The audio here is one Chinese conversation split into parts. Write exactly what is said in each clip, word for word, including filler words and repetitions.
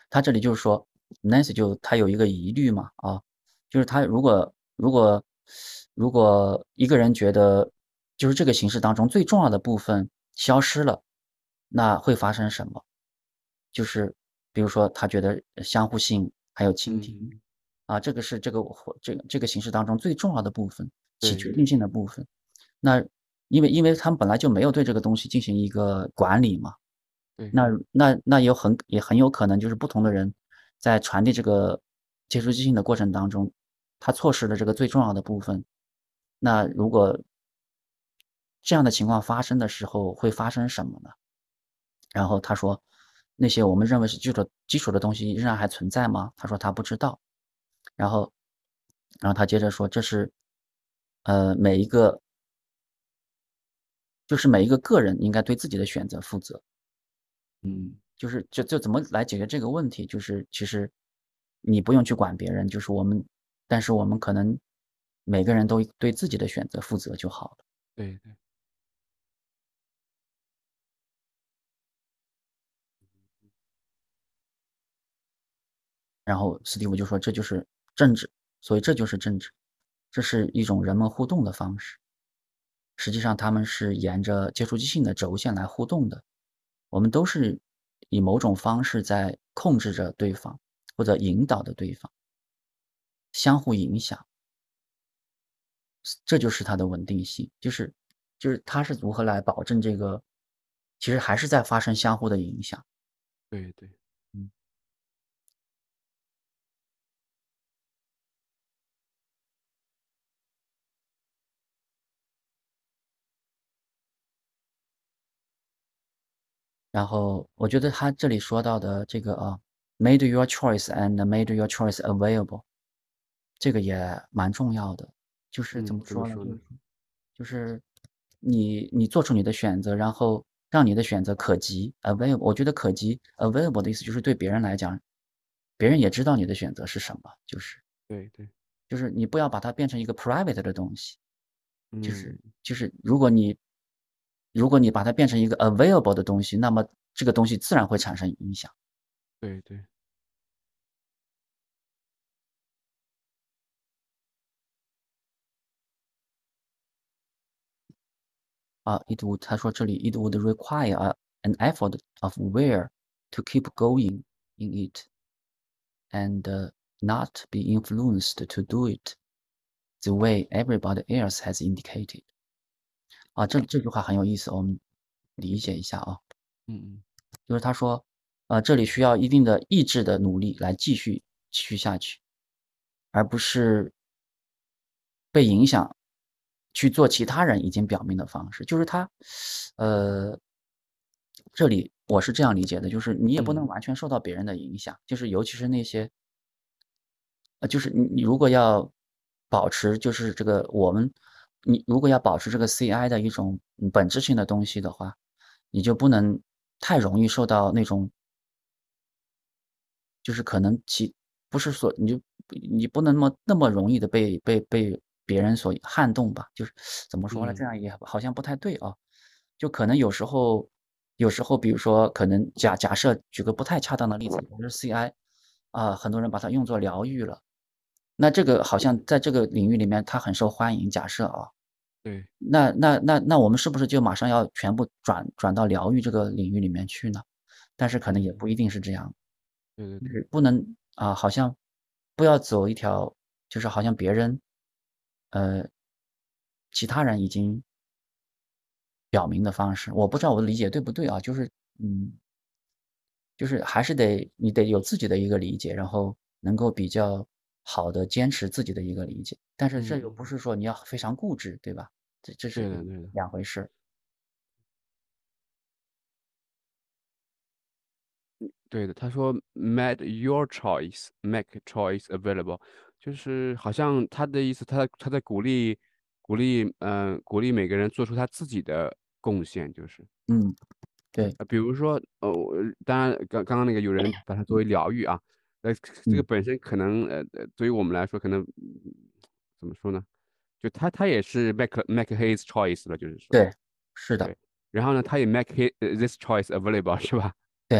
他这里就是说，Nancy 就他有一个疑虑嘛，啊，就是他如果如果如果一个人觉得就是这个形式当中最重要的部分消失了，那会发生什么？就是比如说他觉得相互性还有倾听嗯， 啊，这个是这个活这个这个形式当中最重要的部分，起对对决定性的部分。那因为因为他们本来就没有对这个东西进行一个管理嘛， 对那那那有很也很有可能就是不同的人在传递这个接触即兴的过程当中，他错失了这个最重要的部分。那如果这样的情况发生的时候，会发生什么呢？然后他说，那些我们认为是基础基础的东西仍然还存在吗？他说他不知道。然后，然后他接着说，这是呃每一个就是每一个个人应该对自己的选择负责。嗯，就是就就怎么来解决这个问题？就是其实你不用去管别人，就是我们，但是我们可能每个人都对自己的选择负责就好了。 对对， 然后斯蒂夫就说这就是政治，所以这就是政治，这是一种人们互动的方式。实际上他们是沿着接触即兴的轴线来互动的，我们都是以某种方式在控制着对方，或者引导着对方，相互影响。这就是它的稳定性，就是就是它是如何来保证这个，其实还是在发生相互的影响。 对对， 嗯，然后我觉得他这里说到的这个啊，made your choice and made your choice available，这个也蛮重要的。就是怎嗯， 么说呢？ 怎么说呢？ 就是就是你你做出你的选择，然后让你的选择可及 available。我觉得可及 available 的意思就是对别人来讲，别人也知道你的选择是什么，就是对对， 就是你不要把它变成一个 private 的东西，就是嗯， 就是如果你如果你把它变成一个 available 的东西，那么这个东西自然会产生影响对对， 啊。It would 他说这里 it would require a, an effort of will to keep going in it and uh, not be influenced to do it the way everybody else has indicated。啊，这这句话很有意思，我们理解一下啊。 嗯嗯， 就是他说，呃，这里需要一定的意志的努力来继续继续下去，而不是被影响去做其他人已经表明的方式。就是他，呃，这里我是这样理解的，就是你也不能嗯完全受到别人的影响，就是尤其是那些，呃，就是你你如果要保持就是这个我们，你如果要保持这个 C I 的一种嗯本质性的东西的话，你就不能太容易受到那种就是可能其不是说你就你不能那么那么容易的被被被别人所撼动吧，就是怎么说呢？这嗯样也好像不太对啊。就可能有时候有时候比如说可能假假设举个不太恰当的例子，比如说 C I，啊，很多人把它用作疗愈了，那这个好像在这个领域里面它很受欢迎，假设啊， 对那那那那我们是不是就马上要全部转转到疗愈这个领域里面去呢？但是可能也嗯， 不一定是这样。 对对对， 就是不能啊，好像不要走一条，就是好像别人，呃，其他人已经表明的方式，我不知道我的理解对不对啊？就是，嗯，就是还是得你得有自己的一个理解，然后能够比较好的坚持自己的一个理解，但是这又嗯， 不是说你要非常固执，对吧？这这是对的对的。 两回事。 对的，他说 "Made your choice, make choice available"，就是好像他的意思，他在他在鼓励鼓励嗯、呃鼓励每个人做出他自己的贡献，就是嗯，对， 呃比如说呃我当然刚刚刚那个有人把它作为疗愈啊，呃这个嗯， 本身可能呃呃对于我们来说可能嗯怎么说呢？就他他也是 make make his choice 了，就是说对，是的， 对，然后呢他也 make his this choice available 是吧？ 对，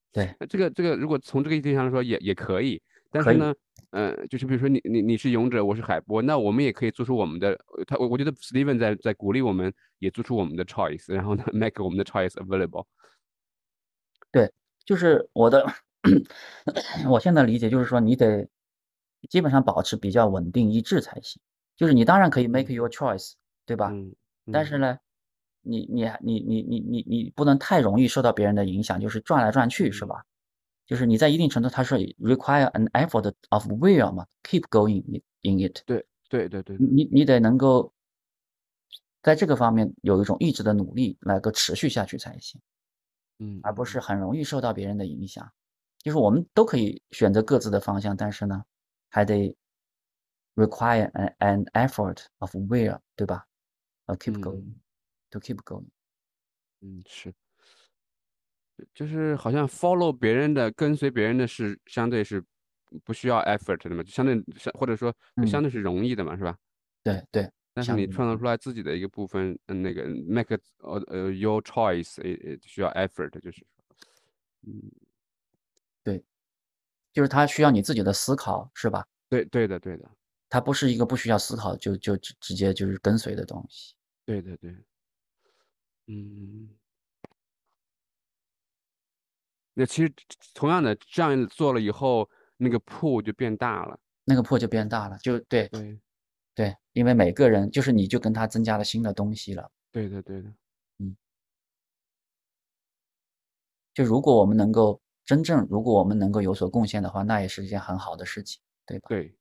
对， 那这个这个如果从这个意义上来说也也可以，但可以。 是呢，呃，就是比如说你你你是勇者，我是海波，那我们也可以做出我们的，呃他我我觉得 Steven 在在鼓励我们也做出我们的 choice，然后呢，make 我们的 choice available。 对，就是我的我现在理解就是说，你得基本上保持比较稳定一致才行。就是你当然可以 make 嗯 your choice，对吧？ 嗯嗯但是呢，你你还你你你你你不能太容易受到别人的影响，就是转来转去，是嗯， 吧？就是你在一定程度，它是 require an effort of will 嘛，keep going in in it。 对对对对的， 你你你得能够在这个方面有一种意志的努力，来够持续下去才行。而不是嗯嗯很容易受到别人的影响。就是我们都可以选择各自的方向，但是呢，还得 require an an effort of will，对吧？呃，keep 嗯 going 嗯 to keep going。 嗯，是。就是好像 follow 别人的，跟随别人的是相对是不需要 effort 的嘛，就相对相或者说就相嗯， 对是容易的嘛，是吧？ 对对， 但是你相对创造出来自己的一个部分，嗯，那个 make it 呃呃 your choice，也也需要 effort，就是嗯， 对，就是它需要你自己的思考，是吧？ 对对的对的它不是一个不需要思考就就直直接就是跟随的东西。 对的对，嗯，那其实同样的这样做了以后，那个 pool 就变大了， 那个破就变大了，就对对对，因为每个人就是你就跟他增加了新的东西了。 对的对的， 嗯。就如果我们能够真正如果我们能够有所贡献的话，那也是一件很好的事情，对吧？ 对，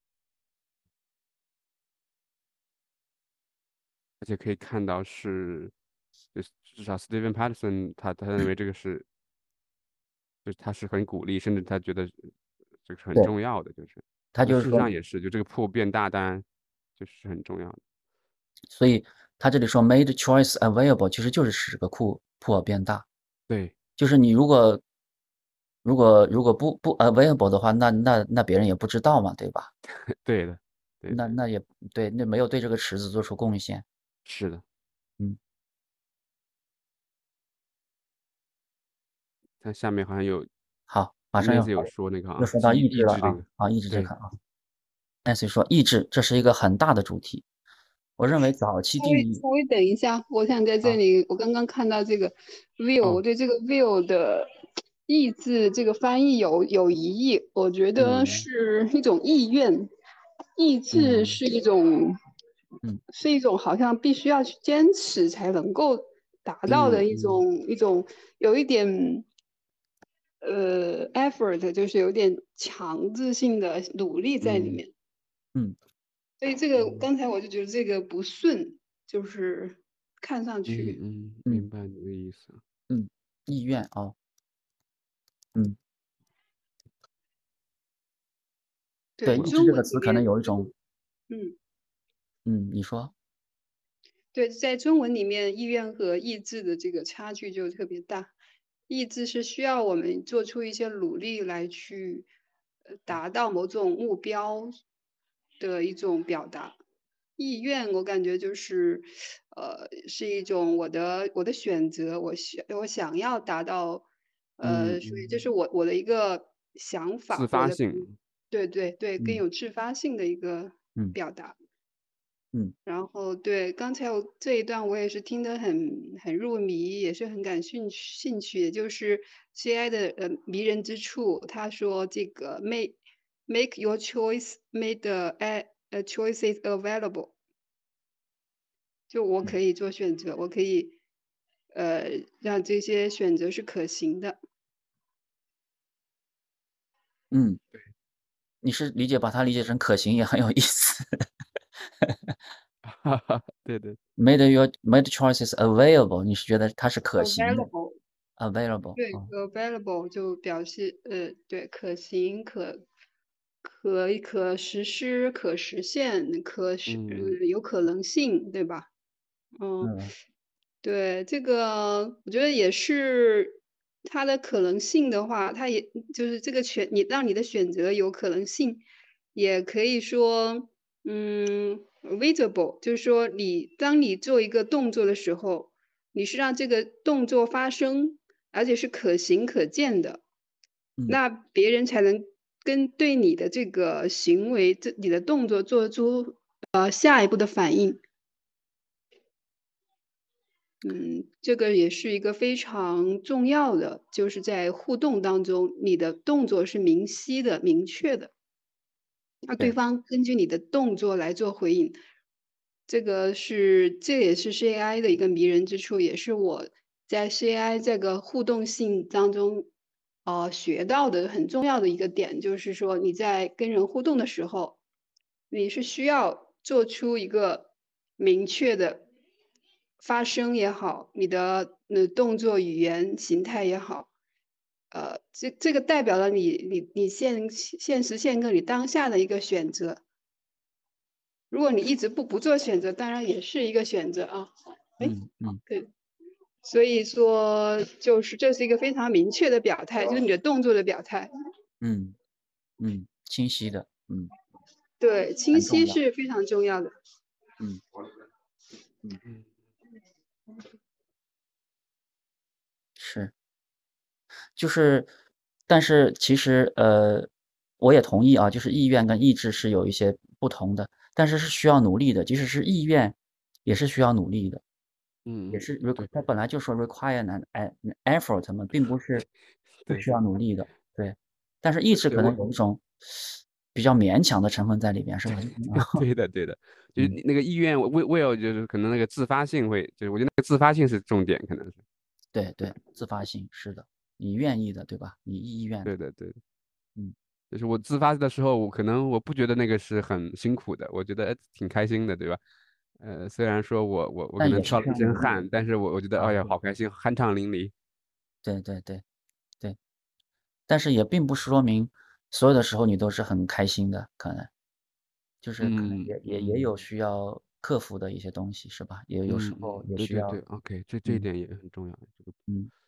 而且可以看到是，就是至少 Steven Patterson 他他认为这个是，就是他是很鼓励，甚至他觉得这个是很对， 重要的，就是那事实他就是说， 上也是，就这个铺变大，当然就是很重要的。 所以他这里说 made choice available，其实就是使这个库库尔变大。 对就是你如果如果如果不不 available 的话，那那那别人也不知道嘛，对吧？ 对的，对的， 那那也对，那没有对这个池子做出贡献。 是的。 嗯， 它下面好像有好，马上要 Nancy 有说那个啊， 又说到意意志了啊意志那个， 啊，意志这对， 看啊。Nancy 说意志这是一个很大的主题，我认为早期稍定义微稍微等一下，我想在这啊， 里，我刚刚看到这个 will，我哦， 对这个 will 的意字这个翻译有有疑义，我觉得嗯是一种意愿，意志嗯是一种嗯是一种好像必须要去坚持才能够达到的一嗯嗯种一种有一点呃 effort，就是有点强制性的努力在里嗯面。 嗯所以这个嗯刚才我就觉得这个不顺，就是看上去嗯嗯， 嗯明白你的意思。 嗯，意愿啊，嗯。对， 对中意志这个词可能文里面， 有一种嗯， 嗯，你说？ 对，在中文里面，意愿和意志的这个差距就特别大。意志是需要我们做出一些努力来去呃达到某种目标的一种表达。意愿我感觉就是，呃，是一种我的我的选择，我想我想要达到，呃，所以这嗯嗯， 是我我的一个想自法，我的发性， 对对对，更嗯有自发性的一个嗯表达。 嗯然后对，刚才我这一段我也是听得很很入迷，也是很感兴趣兴趣，也就是 C I 的呃迷人之处。他说这个 make make your choice, made the a a choices available，就我嗯可以做选择，我可以呃让这些选择是可行的。 嗯，你是理解把它理解成可行也很有意思。 哈哈，对对， Made your made choices available，你是觉得它是可行的 available， ？available， 对哦， ，available 就表示呃，对，可行、可可可实施、可实现、可实呃嗯有可能性，对吧？嗯， 嗯对，这个我觉得也是它的可能性的话，它也就是这个选你让你的选择有可能性，也可以说，嗯，visible，就是说你当你做一个动作的时候，你是让这个动作发生，而且是可行可见的。 嗯那别人才能跟对你的这个行为，这你的动作做出呃下一步的反应。嗯，这个也是一个非常重要的，就是在互动当中，你的动作是明晰的、明确的，那对对， 方根据你的动作来做回应。这个是这也是 C A I 的一个迷人之处，也是我在 C A I 这个互动性当中，呃，学到的很重要的一个点，就是说你在跟人互动的时候，你是需要做出一个明确的发声也好，你的呃动作语言形态也好，呃，这这个代表了你你你现现时现刻你当下的一个选择。如果你一直不不做选择，当然也是一个选择啊。哎， 嗯嗯对，所以说就是这是一个非常明确的表态，就是你的动作的表态。 嗯嗯，清晰的，嗯， 对，清很重要， 晰是非常重要的。 嗯嗯嗯是。就是，但是其实呃，我也同意啊，就是意愿跟意志是有一些不同的，但是是需要努力的，即使是意愿，也是需要努力的，也嗯嗯， 是 req 对它本来就说 require an an effort 嘛，并不是不对需要努力的，对。但是意志对， 可我能有一种比较勉强的成分在里边，是吧？ 对的对的，就是嗯， 你那个意愿，will will 就是可能那个自发性会，就是我觉得那个自发性是重点，可能是。 对对，自发性，是的，你愿意的，对吧？你意愿的， 对的对的。 嗯， 就是我自发的时候，我可能我不觉得那个是很辛苦的，我觉得哎挺开心的，对吧？呃，虽然说我我我可但也是需能跳了一要努力的， 身汗，但是我我觉得啊， 哎呀对好开心，酣畅淋漓。 对对对对。但是也并不说明所有的时候你都是很开心的，可能就是可能嗯也也也嗯有需要克服的一些东西，是吧？也有时嗯嗯， 候也需要， 对对对，OK，这这一嗯点也很重要。这个嗯